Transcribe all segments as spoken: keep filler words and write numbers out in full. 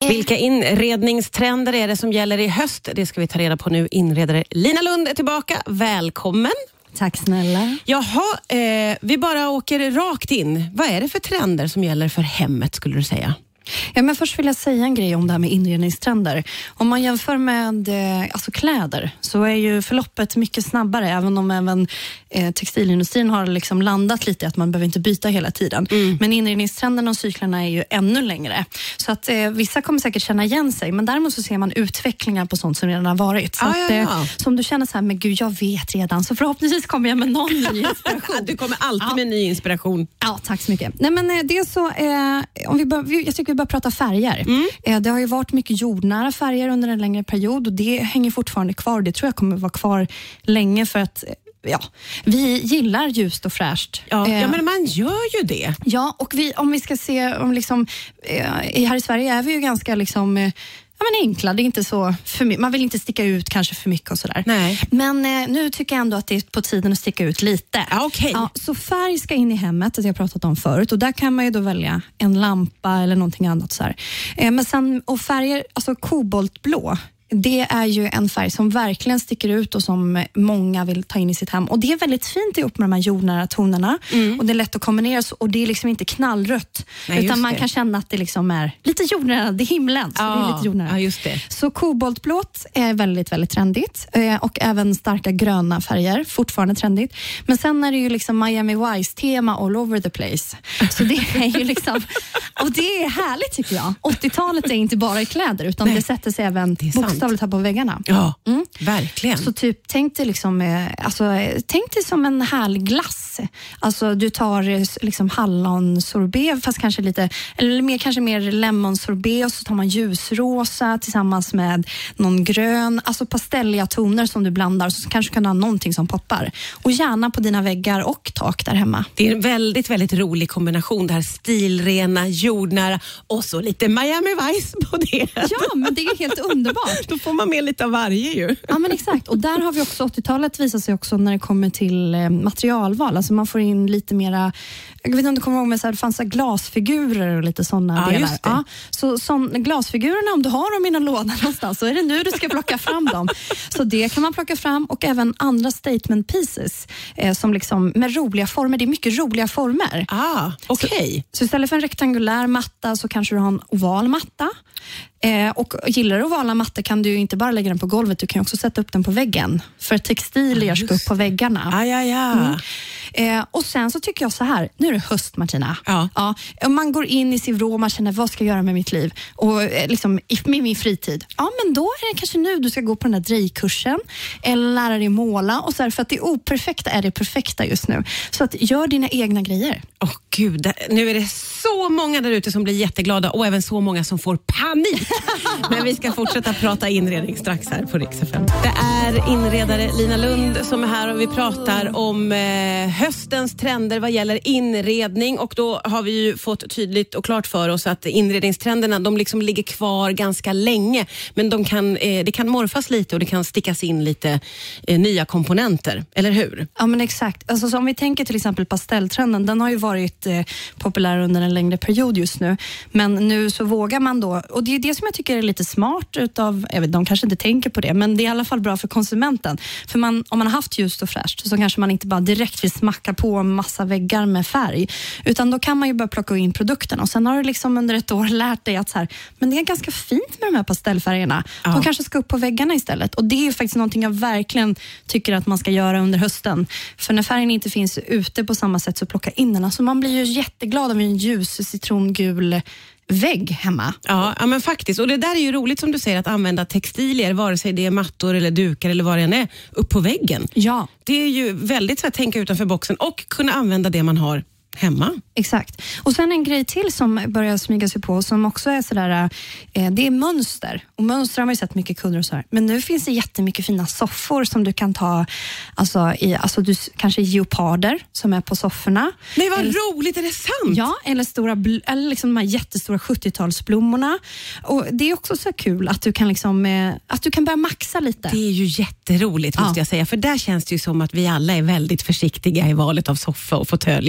Vilka inredningstrender är det som gäller i höst? Det ska vi ta reda på nu. Inredare Lina Lund är tillbaka. Välkommen. Tack snälla. Jaha, eh, vi bara åker rakt in. Vad är det för trender som gäller för hemmet, skulle du säga? Ja, men först vill jag säga en grej om det här med inredningstrender. Om man jämför med eh, alltså kläder så är ju förloppet mycket snabbare, även om även eh, textilindustrin har liksom landat lite att man behöver inte byta hela tiden. Mm. Men inredningstrenderna och cyklarna är ju ännu längre. Så att eh, vissa kommer säkert känna igen sig, men däremot så ser man utvecklingar på sånt som redan har varit. Så ah, att, ja, ja. Eh, som du känner så här, men gud, jag vet redan, så förhoppningsvis kommer jag med någon ny inspiration. Du kommer alltid ja. med ny inspiration. Ja, tack så mycket. Nej, men eh, det är så, eh, om vi bör, jag tycker vi bör prata färger. Mm. Eh, det har ju varit mycket jordnära färger under en längre period och det hänger fortfarande kvar. Det tror jag kommer vara kvar länge för att ja, vi gillar ljust och fräscht. Ja, eh, ja men man gör ju det. Ja, och vi, om vi ska se om liksom, eh, här i Sverige är vi ju ganska liksom eh, ja, men enkla, det är inte så för mycket. Man vill inte sticka ut kanske för mycket och sådär. Nej. Men eh, nu tycker jag ändå att det är på tiden att sticka ut lite. Ja, okay. Ja, så färg ska in i hemmet, det jag pratat om förut. Och där kan man ju då välja en lampa eller någonting annat så här. Eh, men sen, och färger, alltså koboltblå. Det är ju en färg som verkligen sticker ut och som många vill ta in i sitt hem. Och det är väldigt fint ihop med de här jordnära tonerna. Mm. Och det är lätt att kombinera och det är liksom inte knallrött. Nej, utan man det. kan känna att det liksom är lite jordnära, det är himlen. Så ja, det är lite jordnära. Ja, just det. Så koboltblått är väldigt, väldigt trendigt. Och även starka gröna färger, fortfarande trendigt. Men sen är det ju liksom Miami Vice-tema all over the place. Så det är ju liksom, och det är härligt tycker jag. åttiotalet är inte bara i kläder utan Nej. det sätter sig även bokstavligt här på väggarna. Ja, mm. verkligen. Så typ, tänk dig liksom, alltså, tänk dig som en härlig glass. Alltså du tar liksom hallonsorbet, fast kanske lite, eller mer, kanske mer lemonsorbet och så tar man ljusrosa tillsammans med någon grön, alltså pastelliga toner som du blandar så kanske kan du ha någonting som poppar. Och gärna på dina väggar och tak där hemma. Det är en väldigt, väldigt rolig kombination, det här stilrena, jordnära och så lite Miami Vice på det. Ja, men det är helt underbart. Då får man med lite av varje ju. Ja, men exakt. Och där har vi också åttiotalet visat sig också när det kommer till eh, materialval. Alltså man får in lite mera, jag vet inte om du kommer ihåg, men så här, det fanns så här glasfigurer och lite sådana ja, delar. Just det. Ja, så sån, glasfigurerna, om du har dem i någon låda någonstans, så är det nu du ska plocka fram dem. Så det kan man plocka fram och även andra statement pieces eh, som liksom med roliga former. Det är mycket roliga former. Ah, okej. Okay. Så, så istället för en rektangulär matta så kanske du har en oval matta. Eh, och gillar du ovala mattor kan du ju inte bara lägga den på golvet, du kan också sätta upp den på väggen. För textilier ska upp på väggarna. Ah, ja, ja. Mm. Eh, och sen så tycker jag så här, nu är det höst Martina. Ja. Ja, man går in i sin vrå, man känner vad ska jag göra med mitt liv och eh, liksom med min fritid. Ja, men då är det kanske nu du ska gå på den här drejkursen eller lära dig måla och så här, för att det operfekta är det perfekta just nu. Så att gör dina egna grejer. Åh oh, gud, nu är det så många där ute som blir jätteglada och även så många som får panik. Men vi ska fortsätta prata inredning strax här på Rix F M. Det är inredare Lina Lund som är här och vi pratar om eh, höstens trender vad gäller inredning och då har vi ju fått tydligt och klart för oss att inredningstrenderna de liksom ligger kvar ganska länge men de kan, eh, det kan morfas lite och det kan stickas in lite eh, nya komponenter, eller hur? Ja men exakt, alltså, så om vi tänker till exempel pastelltrenden, den har ju varit eh, populär under en längre period just nu men nu så vågar man då, och det är det som jag tycker är lite smart utav, jag vet, de kanske inte tänker på det men det är i alla fall bra för konsumenten för man, om man har haft ljust och fräscht så kanske man inte bara direkt vill smacka på en massa väggar med färg utan då kan man ju börja plocka in produkten och sen har du liksom under ett år lärt dig att så här, men det är ganska fint med de här pastellfärgerna ja. De kanske ska upp på väggarna istället och det är ju faktiskt någonting jag verkligen tycker att man ska göra under hösten för när färgen inte finns ute på samma sätt så plocka in den, alltså man blir ju jätteglad av en ljus citrongul vägg hemma. Ja, ja, men faktiskt. Och det där är ju roligt som du säger att använda textilier, vare sig det är mattor eller dukar eller vad det än är, upp på väggen. Ja. Det är ju väldigt så att tänka utanför boxen och kunna använda det man har hemma. Exakt. Och sen en grej till som börjar smyga sig på som också är sådär, eh, det är mönster. Och mönster har man ju sett mycket kunder och så här. Men nu finns det jättemycket fina soffor som du kan ta, alltså, i, alltså du, kanske geoparder som är på sofforna. Nej, vad eller, roligt, är det sant? Ja, eller, stora, eller liksom de här jättestora sjuttiotalsblommorna. Och det är också så kul att du kan liksom, eh, att du kan börja maxa lite. Det är ju jätteroligt måste ja. jag säga. För där känns det ju som att vi alla är väldigt försiktiga i valet av soffa och fåtölj. Ja.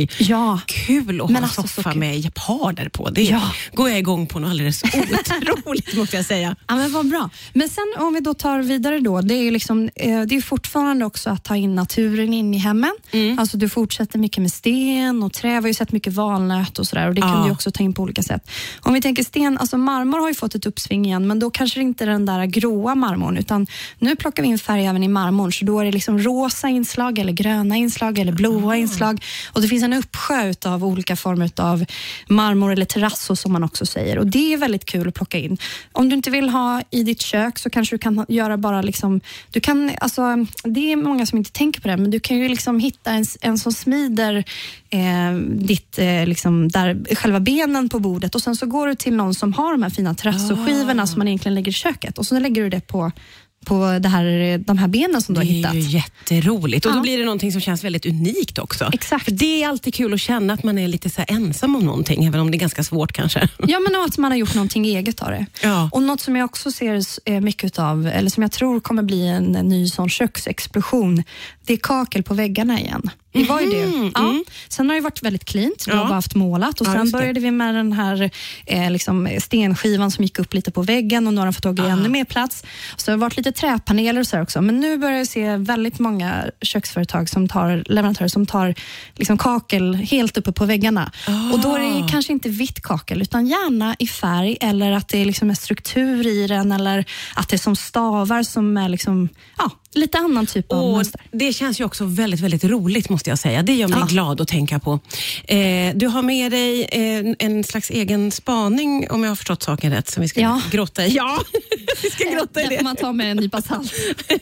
Ja. Kul att Men ha alltså, soffa så med japaner på. Det Ja. går jag igång på något alldeles otroligt, måste jag säga. Ja, men vad bra. Men sen om vi då tar vidare då, det är ju liksom, eh, det är fortfarande också att ta in naturen in i hemmen. Mm. Alltså du fortsätter mycket med sten och trä. Vi har ju sett mycket valnöt och sådär och det kan ja. du också ta in på olika sätt. Om vi tänker sten, alltså marmor har ju fått ett uppsving igen, men då kanske det inte är den där gråa marmorn, utan nu plockar vi in färg även i marmorn, så då är det liksom rosa inslag eller gröna inslag eller blåa mm. inslag, och det finns en uppsjö av olika former av marmor eller terrasso som man också säger, och det är väldigt kul att plocka in. Om du inte vill ha i ditt kök så kanske du kan göra bara liksom, du kan, alltså det är många som inte tänker på det, men du kan ju liksom hitta en, en som smider eh, ditt, eh, liksom där, själva benen på bordet, och sen så går du till någon som har de här fina terrassoskivorna ah. som man egentligen lägger i köket, och så lägger du det på på det här, de här benen som du har hittat. Det är ju jätteroligt. Och ja. då blir det någonting som känns väldigt unikt också. Exakt. För det är alltid kul att känna att man är lite så här ensam om någonting, även om det är ganska svårt kanske. Ja, men att man har gjort någonting eget av det. Ja. Och något som jag också ser mycket av, eller som jag tror kommer bli en ny sån köksexplosion, det är kakel på väggarna igen. Det var ju det. Mm, ja. mm. Sen har det varit väldigt cleant. Vi ja. har bara haft målat. Och ja, sen började vi med den här eh, liksom stenskivan som gick upp lite på väggen, och nu har den fått tag i ännu mer plats. Så det har varit lite träpaneler och så här också. Men nu börjar jag se väldigt många köksföretag som tar, leverantörer som tar liksom kakel helt uppe på väggarna. Oh. Och då är det kanske inte vitt kakel, utan gärna i färg, eller att det är liksom en struktur i den, eller att det är som stavar som är liksom, ja, lite annan typ av och mönster. Det känns ju också väldigt, väldigt roligt, måste jag säga. Det gör mig ja. glad att tänka på. Eh, du har med dig eh, en slags egen spaning, om jag har förstått saken rätt, som vi ska ja. grotta i. Ja, vi ska grotta i det. Det får man ta med en nypa salt.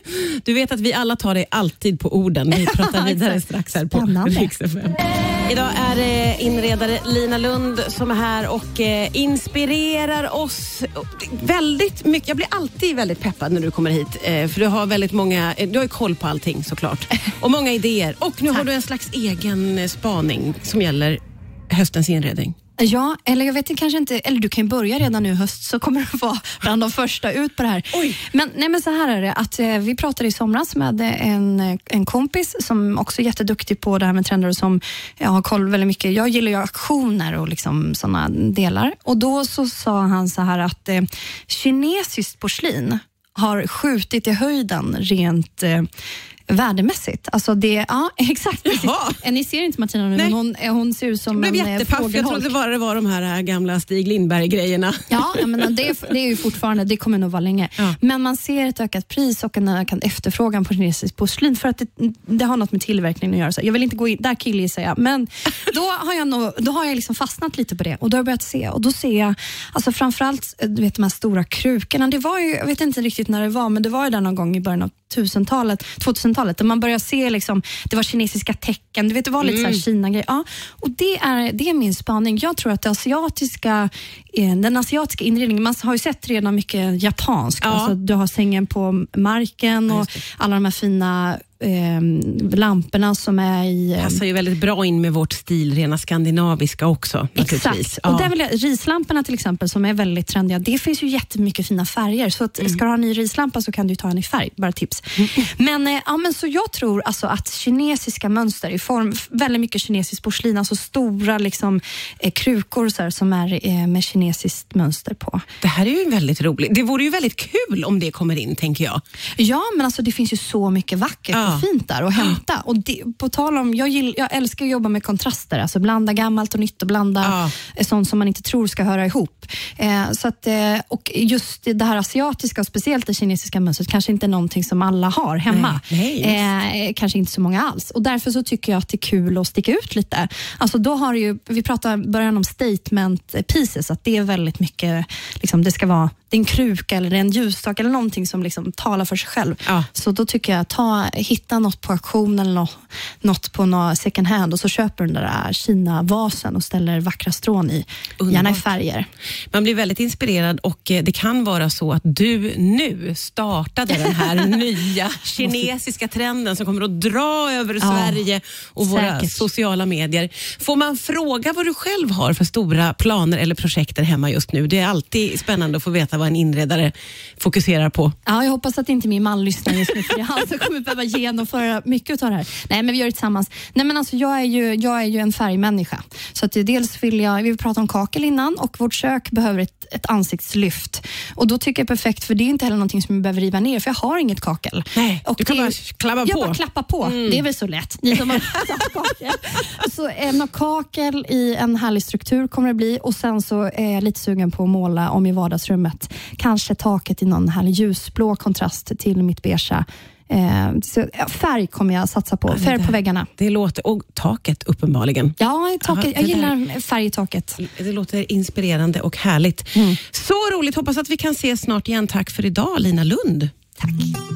Du vet att vi alla tar dig alltid på orden. Vi pratar vidare strax här på Rix F M. Idag är det inredare Lina Lund som är här och eh, inspirerar oss väldigt mycket. Jag blir alltid väldigt peppad när du kommer hit, eh, för du har väldigt många, eh, du har ju koll på allting såklart. Och många idéer. Och nu Tack. har du en slags egen spaning som gäller höstens inredning. Ja, eller jag vet inte, kanske inte, eller du kan börja redan nu i höst, så kommer du vara bland de första ut på det här. Oj. Men, nej, men så här är det, att eh, vi pratade i somras med en, en kompis som också är jätteduktig på det här med trender och som jag har koll väldigt mycket. Jag gillar ju auktioner och liksom sådana delar. Och då så sa han så här att eh, kinesiskt porslin har skjutit i höjden rent eh, värdemässigt. Alltså det, ja, exakt. Ni ser inte Martina nu, men hon, hon ser ut som en fågelholk. jättepaff. Jag trodde bara det var de här gamla Stig Lindberg-grejerna. Ja, men det, det är ju fortfarande, det kommer nog vara länge. Ja. Men man ser ett ökat pris och en ökad efterfrågan på kinesiskt porslin, för att det, det har något med tillverkningen att göra. Så jag vill inte gå in, där killgissar jag. Men då har jag, nog, då har jag liksom fastnat lite på det, och då har jag börjat se. Och då ser jag, alltså framförallt, du vet de här stora krukorna. Det var ju, jag vet inte riktigt när det var, men det var ju där någon gång i början av tusentalet, tvåtusentalet, där man börjar se liksom, det var kinesiska tecken, du vet, det var lite mm. så här Kina-grej. Ja, och det är, det är min spaning. Jag tror att det asiatiska, den asiatiska inredningen, man har ju sett redan mycket japanskt. Ja. Alltså, du har sängen på marken och alla de här fina Eh, lamporna som är i... Eh, passar ju väldigt bra in med vårt stilrena skandinaviska också. Exakt. Ja. Och där vill jag, rislamporna till exempel, som är väldigt trendiga, det finns ju jättemycket fina färger. Så att, mm. ska du ha en ny rislampa så kan du ta en i färg, bara tips. Mm. Men, eh, ja, men så jag tror alltså att kinesiska mönster i form, väldigt mycket kinesiskt porslin, alltså stora liksom, eh, krukor så här, som är eh, med kinesiskt mönster på. Det här är ju väldigt roligt. Det vore ju väldigt kul om det kommer in, tänker jag. Ja, men alltså det finns ju så mycket vackert. Ja. Fint där att hämta. Och det, på tal om, jag, gill, jag älskar att jobba med kontraster, alltså blanda gammalt och nytt och blanda ja. sånt som man inte tror ska höra ihop. Eh, så att, eh, och just det här asiatiska och speciellt det kinesiska mönstret kanske inte är någonting som alla har hemma. Nej, nej, eh, kanske inte så många alls. Och därför så tycker jag att det är kul att sticka ut lite. Alltså då har ju, vi pratar början om statement pieces, att det är väldigt mycket, liksom, det ska vara det är en kruka eller en ljusstake eller någonting som liksom talar för sig själv. Ja. Så då tycker jag, ta, hitta något på auktion eller något, något på något second hand, och så köper du den där Kina-vasen och ställer vackra strån i. Underbart. Gärna i färger. Man blir väldigt inspirerad, och det kan vara så att du nu startade den här nya kinesiska trenden som kommer att dra över ja, Sverige och våra säkert. sociala medier. Får man fråga vad du själv har för stora planer eller projekt hemma just nu? Det är alltid spännande att få veta vad en inredare fokuserar på. Ja, jag hoppas att inte min man lyssnar just nu, för det är han som kommer behöva genomföra mycket av det här. Nej, men vi gör det tillsammans. Nej, men alltså, jag är ju, jag är ju en färgmänniska. Så att dels vill jag, vi vill prata om kakel innan, och vårt kök behöver ett, ett ansiktslyft. Och då tycker jag perfekt, för det är inte heller någonting som jag behöver riva ner, för jag har inget kakel. Nej, och du kan det, bara klappa jag på. bara klappa på. Mm. Det är väl så lätt. Ni som har kakel. Så en kakel i en härlig struktur kommer det bli, och sen så är jag lite sugen på att måla om i vardagsrummet. Kanske taket i någon härlig ljusblå kontrast till mitt beige. Eh, så, ja, färg kommer jag satsa på. Färg det, på väggarna. Det låter, och taket uppenbarligen. Ja, taket, Aha, jag det gillar där, färg i taket. Det låter inspirerande och härligt. Mm. Så roligt, hoppas att vi kan ses snart igen. Tack för idag, Lina Lund. Tack.